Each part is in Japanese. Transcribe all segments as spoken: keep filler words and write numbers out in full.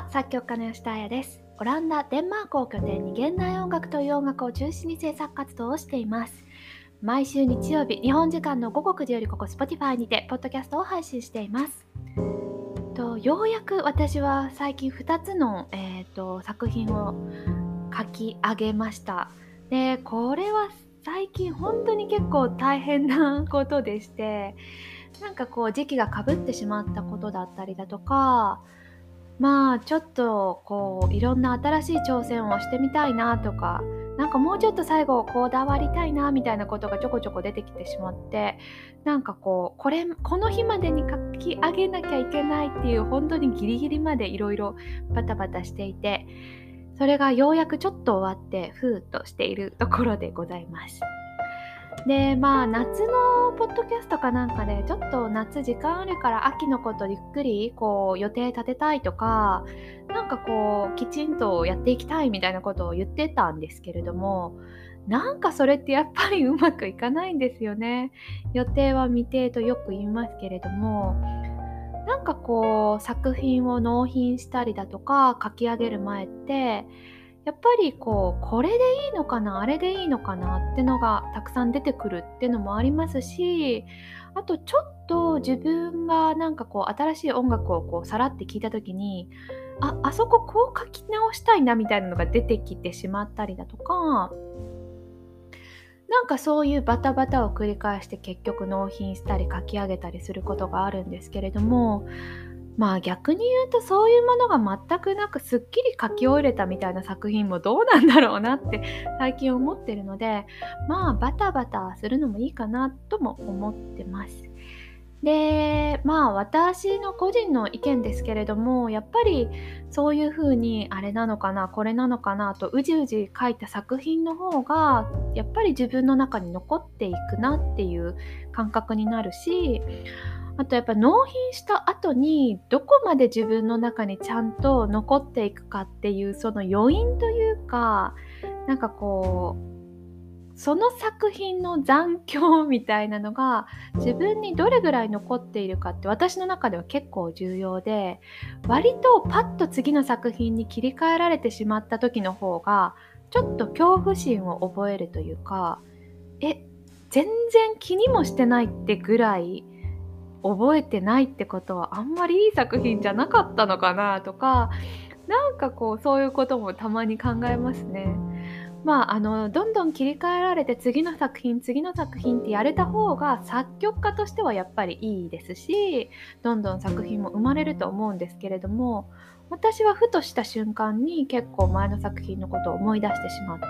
は、作曲家の吉田彩です。オランダ、デンマークを拠点に現代音楽という音楽を中心に制作活動をしています。毎週日曜日、日本時間の午後くじよりここ Spotify にてポッドキャストを配信しています。とようやく私は最近ふたつの、えー、と作品を書き上げました。で、これは最近本当に結構大変なことでして、なんかこう時期がかぶってしまったことだったりだとか、まあちょっとこういろんな新しい挑戦をしてみたいなとか、なんかもうちょっと最後こだわりたいなみたいなことがちょこちょこ出てきてしまって、なんかこうこれこの日までに書き上げなきゃいけないっていう本当にギリギリまでいろいろバタバタしていて、それがようやくちょっと終わってふーっとしているところでございます。で、まあ夏のポッドキャストかなんかでちょっと夏時間あるから秋のことゆっくりこう予定立てたいとか、なんかこうきちんとやっていきたいみたいなことを言ってたんですけれども、なんかそれってやっぱりうまくいかないんですよね。予定は未定とよく言いますけれども、なんかこう作品を納品したりだとか書き上げる前ってやっぱりこうこれでいいのかなあれでいいのかなってのがたくさん出てくるってのもありますし、あとちょっと自分がなんかこう新しい音楽をこうさらって聞いた時に、あ、あそここう書き直したいなみたいなのが出てきてしまったりだとか、なんかそういうバタバタを繰り返して結局納品したり書き上げたりすることがあるんですけれども、まあ逆に言うとそういうものが全くなくすっきり書き終えれたみたいな作品もどうなんだろうなって最近思ってるので、まあバタバタするのもいいかなとも思ってます。で、まあ私の個人の意見ですけれども、やっぱりそういう風にあれなのかなこれなのかなとうじうじ書いた作品の方がやっぱり自分の中に残っていくなっていう感覚になるし、あとやっぱ納品した後にどこまで自分の中にちゃんと残っていくかっていうその余韻というか、なんかこうその作品の残響みたいなのが自分にどれぐらい残っているかって私の中では結構重要で、割とパッと次の作品に切り替えられてしまった時の方がちょっと恐怖心を覚えるというか、え、全然気にもしてないってぐらい覚えてないってことはあんまりいい作品じゃなかったのかなとか、なんかこうそういうこともたまに考えますね。まああのどんどん切り替えられて次の作品次の作品ってやれた方が作曲家としてはやっぱりいいですし、どんどん作品も生まれると思うんですけれども、私はふとした瞬間に結構前の作品のことを思い出してしまって、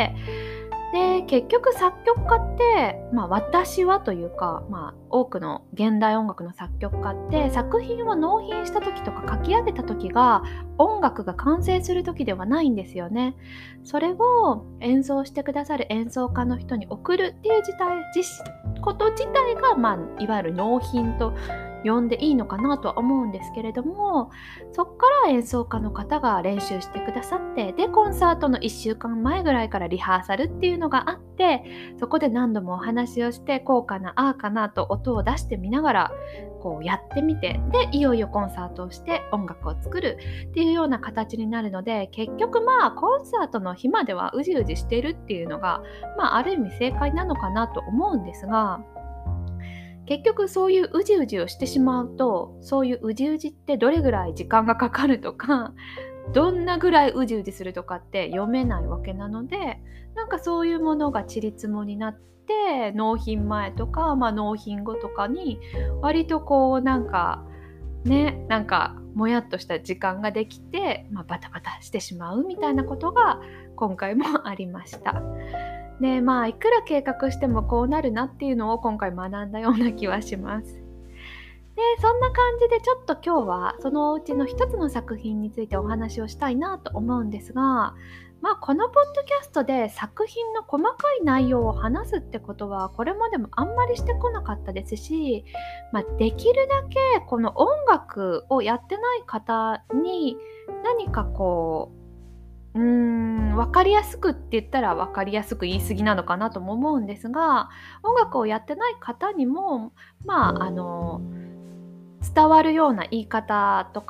で結局作曲家って、まあ、私はというか、まあ、多くの現代音楽の作曲家って作品を納品した時とか書き上げた時が音楽が完成する時ではないんですよね。それを演奏してくださる演奏家の人に送るっていう自体自こと自体が、まあ、いわゆる納品と呼んでいいのかなとは思うんですけれども、そこから演奏家の方が練習してくださって、でコンサートのいっしゅうかんまえぐらいからリハーサルっていうのがあって、そこで何度もお話をしてこうかなああかなと音を出してみながらこうやってみて、でいよいよコンサートをして音楽を作るっていうような形になるので、結局まあコンサートの日まではうじうじしているっていうのが、まあある意味正解なのかなと思うんですが、結局そういううじうじをしてしまうと、そういううじうじってどれぐらい時間がかかるとか、どんなぐらいうじうじするとかって読めないわけなので、なんかそういうものがちりつもになって納品前とか、まあ、納品後とかに割とこうなんかね、なんかもやっとした時間ができて、まあ、バタバタしてしまうみたいなことが今回もありました。で、まあいくら計画してもこうなるなっていうのを今回学んだような気はします。で、そんな感じでちょっと今日はそのうちの一つの作品についてお話をしたいなと思うんですが、まあこのポッドキャストで作品の細かい内容を話すってことはこれまでもあんまりしてこなかったですし、まあ、できるだけこの音楽をやってない方に何かこううーん、分かりやすくって言ったら分かりやすく言い過ぎなのかなとも思うんですが、音楽をやってない方にも、まあ、あの伝わるような言い方とか、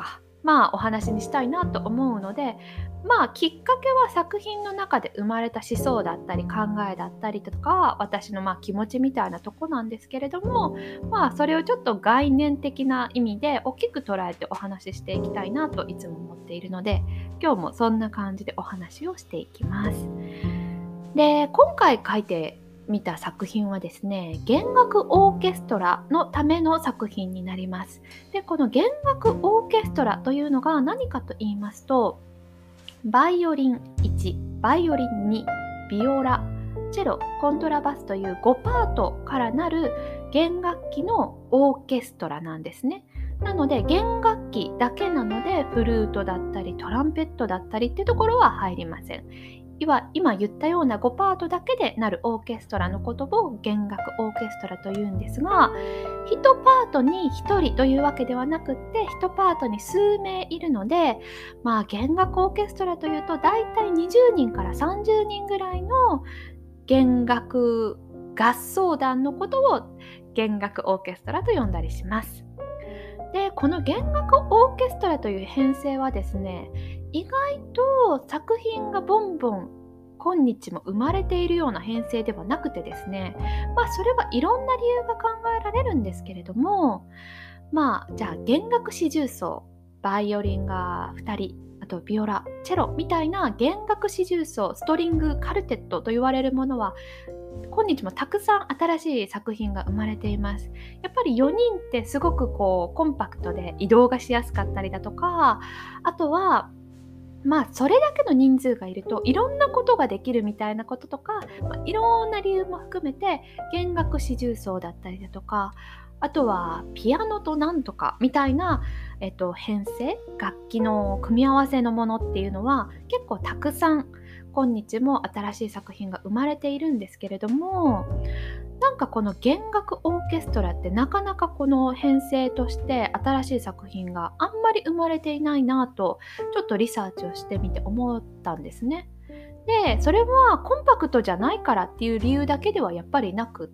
まあお話にしたいなと思うので、まあきっかけは作品の中で生まれた思想だったり考えだったりとか、私のまあ気持ちみたいなとこなんですけれども、まあそれをちょっと概念的な意味で大きく捉えてお話ししていきたいなといつも思っているので、今日もそんな感じでお話をしていきます。で、今回書いてみた作品はですね、弦楽オーケストラのための作品になります。で、この弦楽オーケストラというのが何かと言いますと、バイオリンいち、バイオリンに、ビオラ、チェロ、コントラバスというごパートからなる弦楽器のオーケストラなんですね。なので弦楽器だけなので、フルートだったりトランペットだったりってところは入りません。今言ったようなごパートだけでなるオーケストラのことを弦楽オーケストラというんですが、いちパートにひとりというわけではなくって、いちパートに数名いるので、まあ弦楽オーケストラというとだいたいにじゅうにんからさんじゅうにんぐらいの弦楽合奏団のことを弦楽オーケストラと呼んだりします。で、この弦楽オーケストラという編成はですね、意外と作品がボンボン今日も生まれているような編成ではなくてですね、まあそれはいろんな理由が考えられるんですけれども、まあじゃあ弦楽四重奏、バイオリンがふたり、あとビオラ、チェロみたいな弦楽四重奏、ストリングカルテットと言われるものは今日もたくさん新しい作品が生まれています。やっぱりよにんってすごくこうコンパクトで移動がしやすかったりだとか、あとはまあそれだけの人数がいるといろんなことができるみたいなこととか、まあ、いろんな理由も含めて弦楽四重奏だったりだとか、あとはピアノとなんとかみたいな、えっと、編成、楽器の組み合わせのものっていうのは結構たくさん今日も新しい作品が生まれているんですけれども、なんかこの弦楽オーケストラってなかなかこの編成として新しい作品があんまり生まれていないなとちょっとリサーチをしてみて思ったんですね。で、それはコンパクトじゃないからっていう理由だけではやっぱりなくって、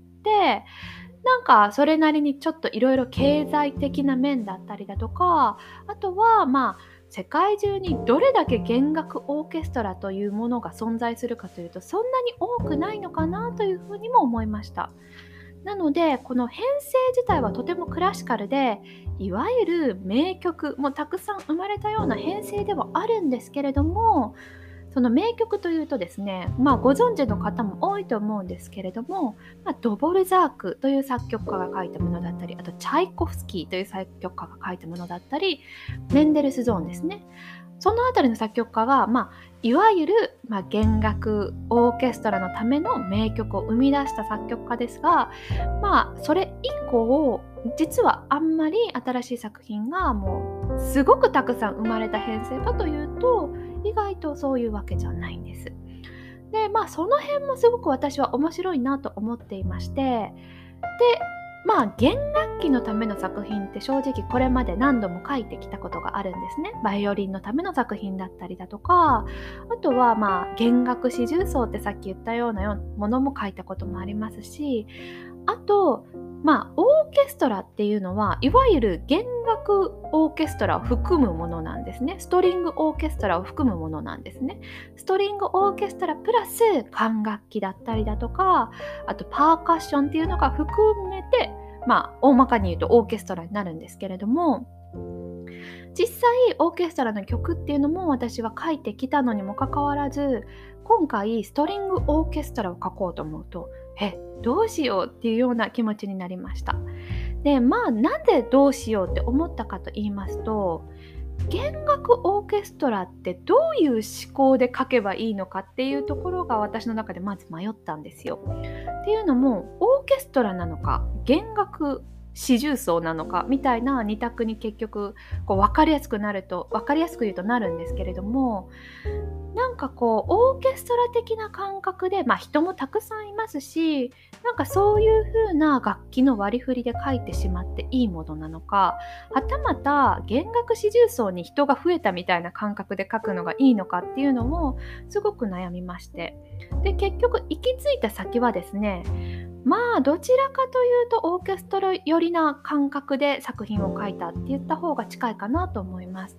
なんかそれなりにちょっといろいろ経済的な面だったりだとか、あとはまあ世界中にどれだけ弦楽オーケストラというものが存在するかというとそんなに多くないのかなというふうにも思いました。なのでこの編成自体はとてもクラシカルで、いわゆる名曲もたくさん生まれたような編成ではあるんですけれども、その名曲というとですね、まあご存知の方も多いと思うんですけれども、まあ、ドボルザークという作曲家が書いたものだったり、あとチャイコフスキーという作曲家が書いたものだったり、メンデルスゾーンですね。そのあたりの作曲家が、まあ、いわゆる、まあ、弦楽オーケストラのための名曲を生み出した作曲家ですが、まあそれ以降実はあんまり新しい作品がもうすごくたくさん生まれた編成かというと意外とそういうわけじゃないんです。で、まあその辺もすごく私は面白いなと思っていまして、で、まあ弦楽器のための作品って正直これまで何度も書いてきたことがあるんですね。バイオリンのための作品だったりだとか、あとはまあ弦楽四重奏ってさっき言ったようなものも書いたこともありますし、あとまあオーケストラっていうのはいわゆる弦楽オーケストラを含むものなんですね。ストリングオーケストラを含むものなんですね。ストリングオーケストラプラス管楽器だったりだとか、あとパーカッションっていうのが含めて、まあ大まかに言うとオーケストラになるんですけれども、実際オーケストラの曲っていうのも私は書いてきたのにもかかわらず、今回ストリングオーケストラを書こうと思うと、えどうしようっていうような気持ちになりました。で、まあなんでどうしようって思ったかと言いますと、弦楽オーケストラってどういう思考で書けばいいのかっていうところが私の中でまず迷ったんですよ。っていうのもオーケストラなのか弦楽四重奏なのかみたいな二択に結局こう分かりやすくなると分かりやすく言うとなるんですけれども、なんかこうオーケストラ的な感覚で、まあ人もたくさんいますし、なんかそういう風な楽器の割り振りで書いてしまっていいものなのか、はたまた弦楽四重奏に人が増えたみたいな感覚で書くのがいいのかっていうのもすごく悩みまして、で結局行き着いた先はですね、まあどちらかというとオーケストラ寄りな感覚で作品を書いたって言った方が近いかなと思います。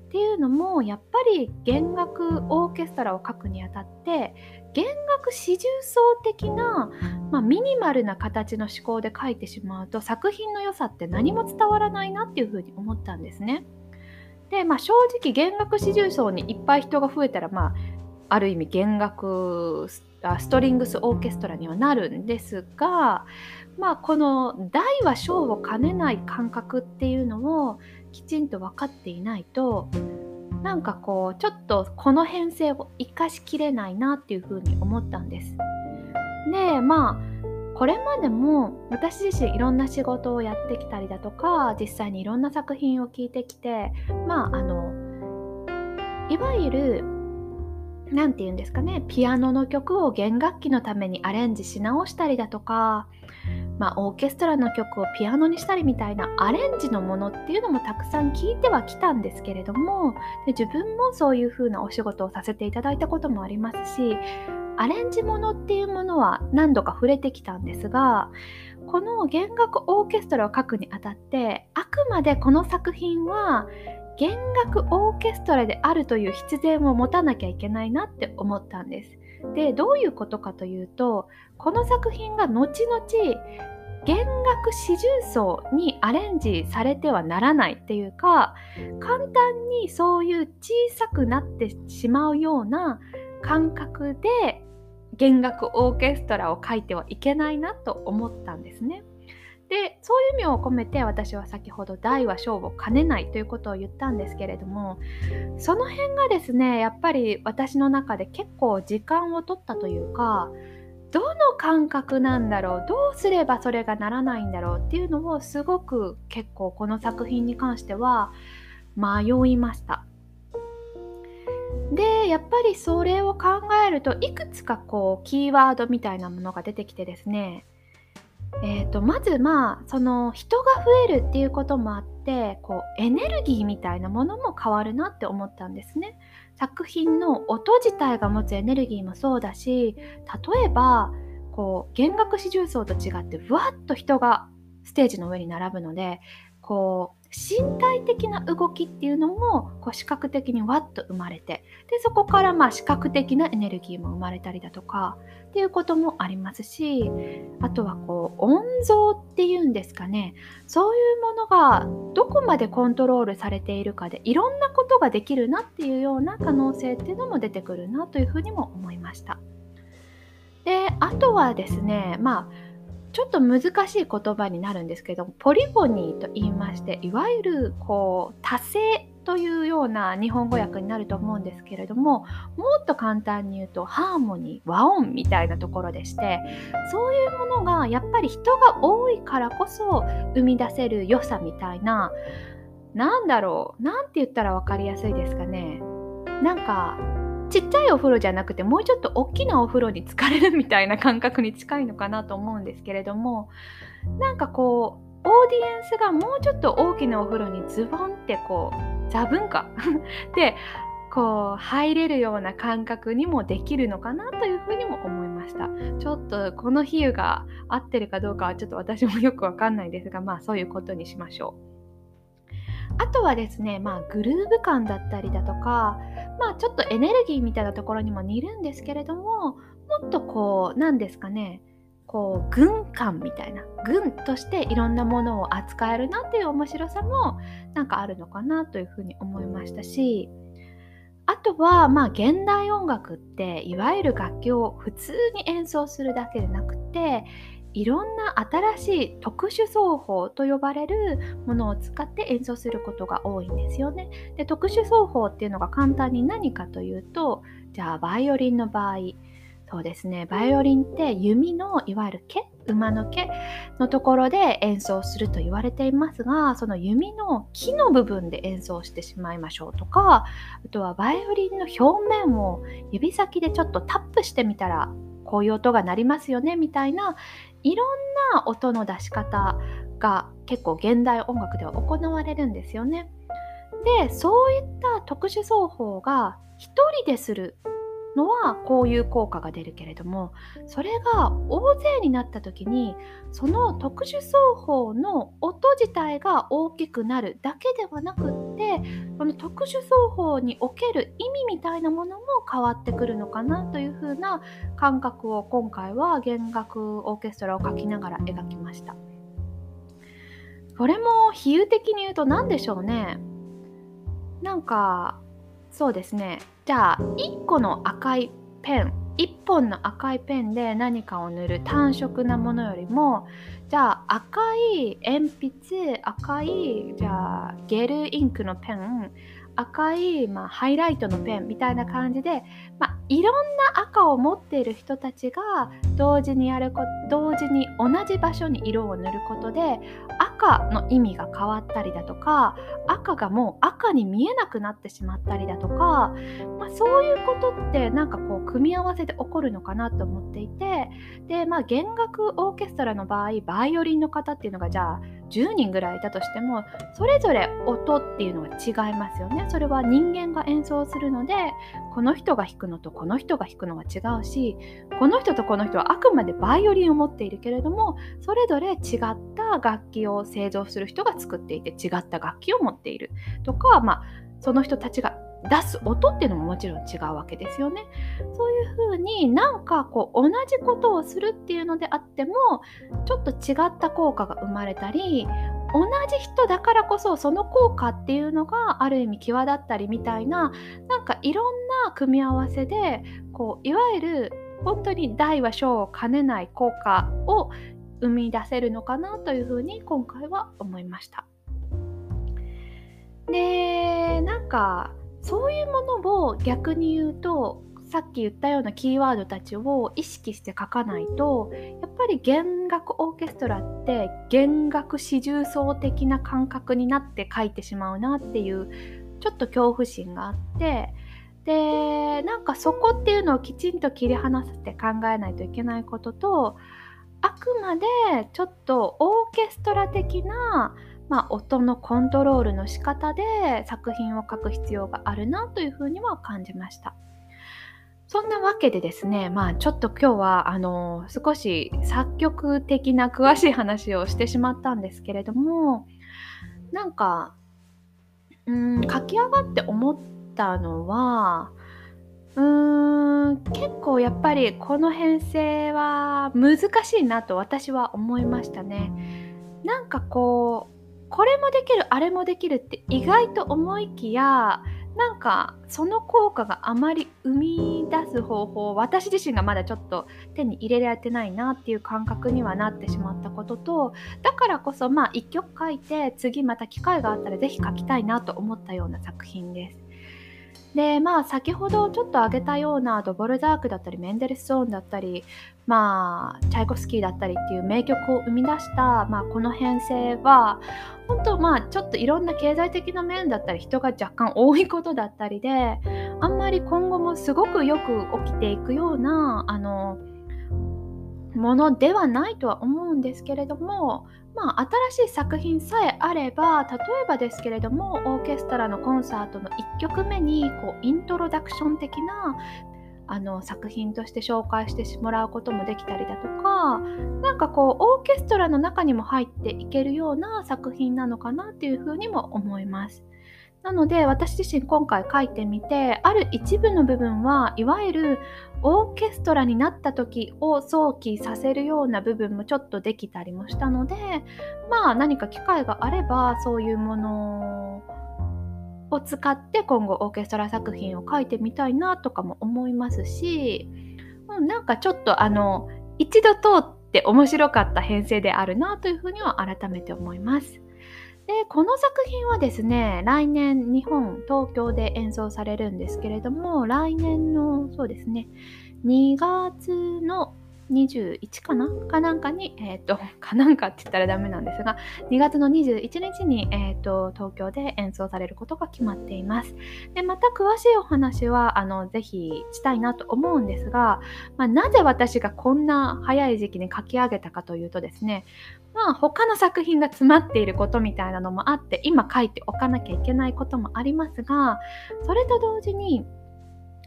っていうのもやっぱり弦楽オーケストラを書くにあたって弦楽四重奏的な、まあ、ミニマルな形の思考で書いてしまうと作品の良さって何も伝わらないなっていうふうに思ったんですね。で、まあ、正直弦楽四重奏にいっぱい人が増えたら、まあ、ある意味弦楽ストリングスオーケストラにはなるんですが、まあ、この大は小を兼ねない感覚っていうのをきちんと分かっていないとなんかこうちょっとこの編成を生かしきれないなっていうふうに思ったんです。で、まあこれまでも私自身いろんな仕事をやってきたりだとか実際にいろんな作品を聞いてきて、まああのいわゆるなんて言うんですかね、ピアノの曲を弦楽器のためにアレンジし直したりだとか、まあ、オーケストラの曲をピアノにしたりみたいなアレンジのものっていうのもたくさん聞いてはきたんですけれども、で自分もそういう風なお仕事をさせていただいたこともありますし、アレンジものっていうものは何度か触れてきたんですが、この弦楽オーケストラを書くにあたってあくまでこの作品は弦楽オーケストラであるという必然を持たなきゃいけないなって思ったんです。で、どういうことかというと、この作品が後々弦楽四重奏にアレンジされてはならないっていうか、簡単にそういう小さくなってしまうような感覚で弦楽オーケストラを書いてはいけないなと思ったんですね。で、そういう意味を込めて私は先ほど大は小を兼ねないということを言ったんですけれども、その辺がですね、やっぱり私の中で結構時間を取ったというか、どの感覚なんだろう、どうすればそれがならないんだろうっていうのをすごく結構この作品に関しては迷いました。で、やっぱりそれを考えるといくつかこうキーワードみたいなものが出てきてですね、えーと、まずまあその人が増えるっていうこともあってこうエネルギーみたいなものも変わるなって思ったんですね。作品の音自体が持つエネルギーもそうだし、例えばこう弦楽四重奏と違ってわっと人がステージの上に並ぶので、こう身体的な動きっていうのもこう視覚的にわっと生まれて、でそこからまあ視覚的なエネルギーも生まれたりだとかっていうこともありますし、あとはこう音像っていうんですかね、そういうものがどこまでコントロールされているかでいろんなことができるなっていうような可能性っていうのも出てくるなというふうにも思いました。で、あとはですね、まあちょっと難しい言葉になるんですけど、ポリフォニーと言いまして、いわゆるこう多声というような日本語訳になると思うんですけれども、もっと簡単に言うとハーモニー、和音みたいなところでして、そういうものがやっぱり人が多いからこそ生み出せる良さみたいな、なんだろう、なんて言ったら分かりやすいですかね。なんかちっちゃいお風呂じゃなくてもうちょっと大きなお風呂に浸かれるみたいな感覚に近いのかなと思うんですけれども、なんかこうオーディエンスがもうちょっと大きなお風呂にズボンってこうザブンかでこう入れるような感覚にもできるのかなというふうにも思いました。ちょっとこの比喩が合ってるかどうかはちょっと私もよくわかんないですが、まあそういうことにしましょう。あとはですね、まあグルーヴ感だったりだとか、まあちょっとエネルギーみたいなところにも似るんですけれども、もっとこうなんですかね、こう軍感みたいな、軍としていろんなものを扱えるなっていう面白さもなんかあるのかなというふうに思いましたし、あとはまあ現代音楽っていわゆる楽器を普通に演奏するだけでなくて、いろんな新しい特殊奏法と呼ばれるものを使って演奏することが多いんですよね。で、特殊奏法っていうのが簡単に何かというと、じゃあバイオリンの場合、そうですね、バイオリンって弓のいわゆる毛、馬の毛のところで演奏すると言われていますが、その弓の木の部分で演奏してしまいましょうとか、あとはバイオリンの表面を指先でちょっとタップしてみたらこういう音が鳴りますよねみたいな、いろんな音の出し方が結構現代音楽では行われるんですよね。で、そういった特殊奏法が一人でするのはこういう効果が出るけれども、それが大勢になった時にその特殊奏法の音自体が大きくなるだけではなくって、この特殊奏法における意味みたいなものも変わってくるのかなというふうな感覚を今回は弦楽オーケストラを書きながら描きました。これも比喩的に言うと何でしょうね。なんかそうですね、じゃあいっこの赤いペン、いっぽんの赤いペンで何かを塗る単色なものよりも、じゃあ赤い鉛筆、赤いじゃあゲルインクのペン、赤い、まあ、ハイライトのペンみたいな感じで、まあ、いろんな赤を持っている人たちが同時にやるこ同時に同じ場所に色を塗ることで赤の意味が変わったりだとか、赤がもう赤に見えなくなってしまったりだとか、まあ、そういうことってなんかこう組み合わせで起こるのかなと思っていて、で、まあ、弦楽オーケストラの場合バイオリンの方っていうのがじゃあじゅうにんぐらいいたとしても、それぞれ音っていうのは違いますよね。それは人間が演奏するので、この人が弾くのとこの人が弾くのは違うし、この人とこの人はあくまでバイオリンを持っているけれども、それぞれ違った楽器を製造する人が作っていて違った楽器を持っているとか、まあ、その人たちが出す音っていうのももちろん違うわけですよね。そういう風になんかこう同じことをするっていうのであってもちょっと違った効果が生まれたり、同じ人だからこそその効果っていうのがある意味際立ったりみたいな、なんかいろんな組み合わせでこういわゆる本当に大は小を兼ねない効果を生み出せるのかなというふうに今回は思いました。で、なんかそういうものを逆に言うと、さっき言ったようなキーワードたちを意識して書かないと、やっぱり弦楽オーケストラって弦楽四重奏的な感覚になって書いてしまうなっていうちょっと恐怖心があって、で、なんかそこっていうのをきちんと切り離して考えないといけないことと、あくまでちょっとオーケストラ的なまあ、音のコントロールの仕方で作品を書く必要があるなというふうには感じました。そんなわけでですね、まあちょっと今日はあの少し作曲的な詳しい話をしてしまったんですけれども、なんかうーん書き上がって思ったのは、うーん結構やっぱりこの編成は難しいなと私は思いましたね。なんかこうこれもできるあれもできるって意外と思いきや、なんかその効果があまり生み出す方法を私自身がまだちょっと手に入れられてないなっていう感覚にはなってしまったことと、だからこそまあ一曲書いて次また機会があったらぜひ書きたいなと思ったような作品です。で、まあ先ほどちょっと挙げたようなドボルザークだったりメンデルスゾーンだったり、まあチャイコフスキーだったりっていう名曲を生み出した、まあ、この編成は本当まあちょっといろんな経済的な面だったり人が若干多いことだったりで、あんまり今後もすごくよく起きていくようなあのものではないとは思うんですけれども、まあ、新しい作品さえあれば、例えばですけれどもオーケストラのコンサートのいっきょくめにこうイントロダクション的なあの作品として紹介してもらうこともできたりだとか、なんかこうオーケストラの中にも入っていけるような作品なのかなっていうふうにも思います。なので私自身今回書いてみて、ある一部の部分はいわゆるオーケストラになった時を想起させるような部分もちょっとできたりもしたので、まあ何か機会があればそういうものを使って今後オーケストラ作品を書いてみたいなとかも思いますし、うん、なんかちょっとあの一度通って面白かった編成であるなというふうには改めて思います。で、この作品はですね、来年日本東京で演奏されるんですけれども、来年のそうですねにがつのにじゅういちかなかなんかに、えっと、かなんかって言ったらダメなんですが、にがつのにじゅういちにちに、えっと、東京で演奏されることが決まっています。で、また詳しいお話は、あの、ぜひしたいなと思うんですが、まあ、なぜ私がこんな早い時期に書き上げたかというとですね、まあ、他の作品が詰まっていることみたいなのもあって、今書いておかなきゃいけないこともありますが、それと同時に、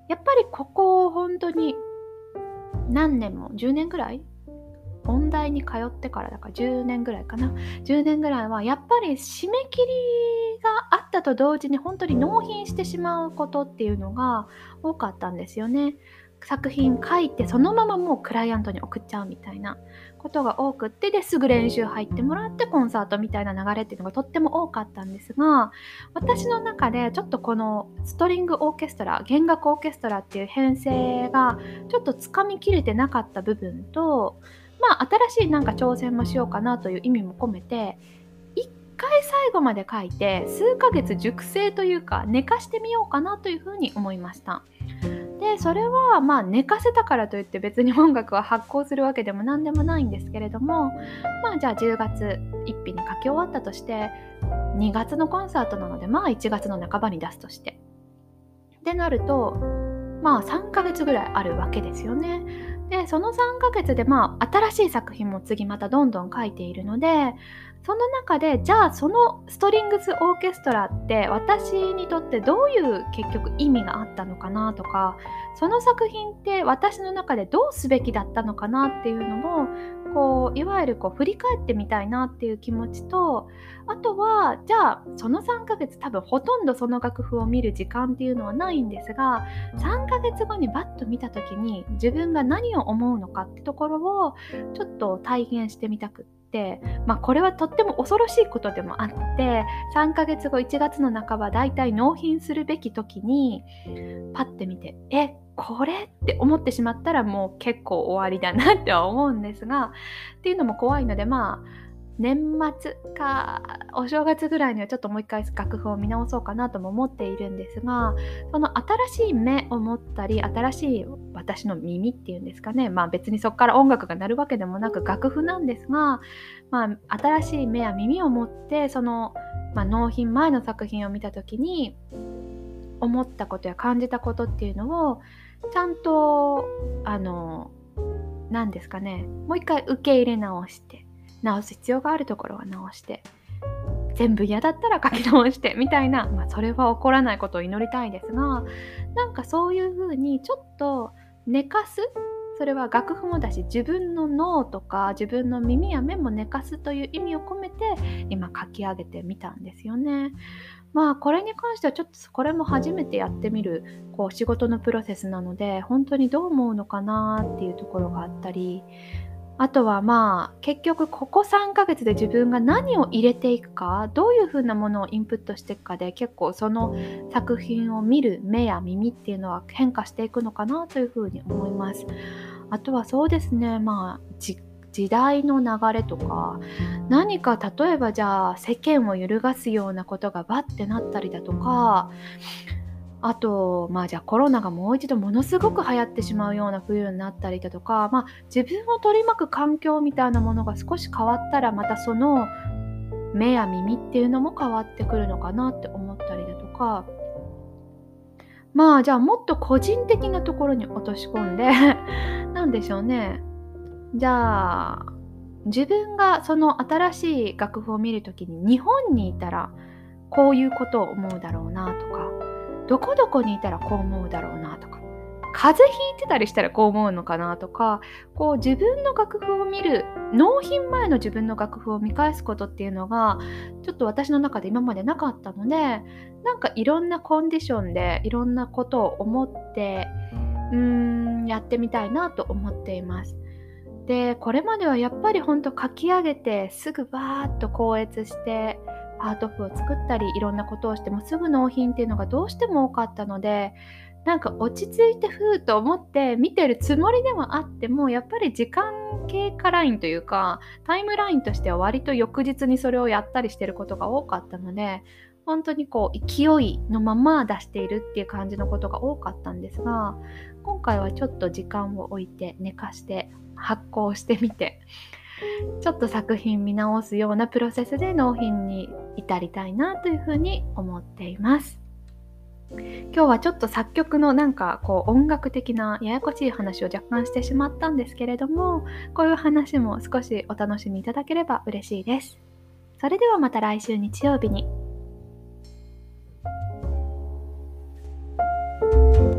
やっぱりここ本当に何年もじゅうねんぐらい音大に通ってからだからじゅうねんぐらいかなじゅうねんぐらいはやっぱり締め切りがあったと同時に本当に納品してしまうことっていうのが多かったんですよね。作品書いてそのままもうクライアントに送っちゃうみたいなことが多くって、ですぐ練習入ってもらってコンサートみたいな流れっていうのがとっても多かったんですが、私の中でちょっとこのストリングオーケストラ、弦楽オーケストラっていう編成がちょっとつかみきれてなかった部分と、まあ新しいなんか挑戦もしようかなという意味も込めて、一回最後まで書いて数ヶ月熟成というか寝かしてみようかなというふうに思いました。でそれはまあ寝かせたからといって別に音楽は発行するわけでも何でもないんですけれども、まあじゃあじゅうがつついたちに書き終わったとしてにがつのコンサートなので、まあいちがつの半ばに出すとしてってなると、まあさんかげつぐらいあるわけですよね。でそのさんかげつでまあ新しい作品も次またどんどん書いているので、その中でじゃあそのストリングスオーケストラって私にとってどういう結局意味があったのかなとか、その作品って私の中でどうすべきだったのかなっていうのもこういわゆるこう振り返ってみたいなっていう気持ちと、あとはじゃあそのさんかげつ多分ほとんどその楽譜を見る時間っていうのはないんですが、さんかげつごにバッと見た時に自分が何を思うのかってところをちょっと体現してみたくって、まあこれはとっても恐ろしいことでもあって、さんかげつごいちがつの半ばだいたい納品するべき時にパッて見て、えこれって思ってしまったらもう結構終わりだなっては思うんですが、っていうのも怖いので、まあ年末かお正月ぐらいにはちょっともう一回楽譜を見直そうかなとも思っているんですが、その新しい目を持ったり新しい私の耳っていうんですかね、まあ別にそこから音楽が鳴るわけでもなく楽譜なんですが、まあ新しい目や耳を持ってその、まあ、納品前の作品を見た時に思ったことや感じたことっていうのをちゃんとあの何ですかね、もう一回受け入れ直して直す必要があるところは直して、全部嫌だったら書き直してみたいな、まあ、それは起こらないことを祈りたいですが、なんかそういう風にちょっと寝かす、それは楽譜もだし自分の脳とか自分の耳や目も寝かすという意味を込めて今書き上げてみたんですよね。まあこれに関してはちょっとこれも初めてやってみるこう仕事のプロセスなので、本当にどう思うのかなっていうところがあったり、あとはまあ結局ここさんかげつで自分が何を入れていくか、どういう風なものをインプットしていくかで結構その作品を見る目や耳っていうのは変化していくのかなという風に思います。あとはそうですね、まあじ時代の流れとか、何か例えばじゃあ世間を揺るがすようなことがバッてなったりだとか、あと、まあじゃあコロナがもう一度ものすごく流行ってしまうような冬になったりだとか、まあ自分を取り巻く環境みたいなものが少し変わったらまたその目や耳っていうのも変わってくるのかなって思ったりだとか、まあじゃあもっと個人的なところに落とし込んでなんでしょうね、じゃあ自分がその新しい楽譜を見るときに日本にいたらこういうことを思うだろうなとか、どこどこにいたらこう思うだろうなとか、風邪ひいてたりしたらこう思うのかなとか、こう自分の楽譜を見る、納品前の自分の楽譜を見返すことっていうのがちょっと私の中で今までなかったので、なんかいろんなコンディションでいろんなことを思ってうーんやってみたいなと思っています。でこれまではやっぱりほんと書き上げてすぐバーッと校閲してパート譜を作ったりいろんなことをしてもすぐ納品っていうのがどうしても多かったので、なんか落ち着いてふーと思って見てるつもりではあっても、やっぱり時間経過ラインというかタイムラインとしては割と翌日にそれをやったりしてることが多かったので、本当にこう勢いのまま出しているっていう感じのことが多かったんですが、今回はちょっと時間を置いて寝かして発行してみて、ちょっと作品見直すようなプロセスで納品に至りたいなというふうに思っています。今日はちょっと作曲のなんかこう音楽的なややこしい話を若干してしまったんですけれども、こういう話も少しお楽しみいただければ嬉しいです。それではまた来週日曜日に。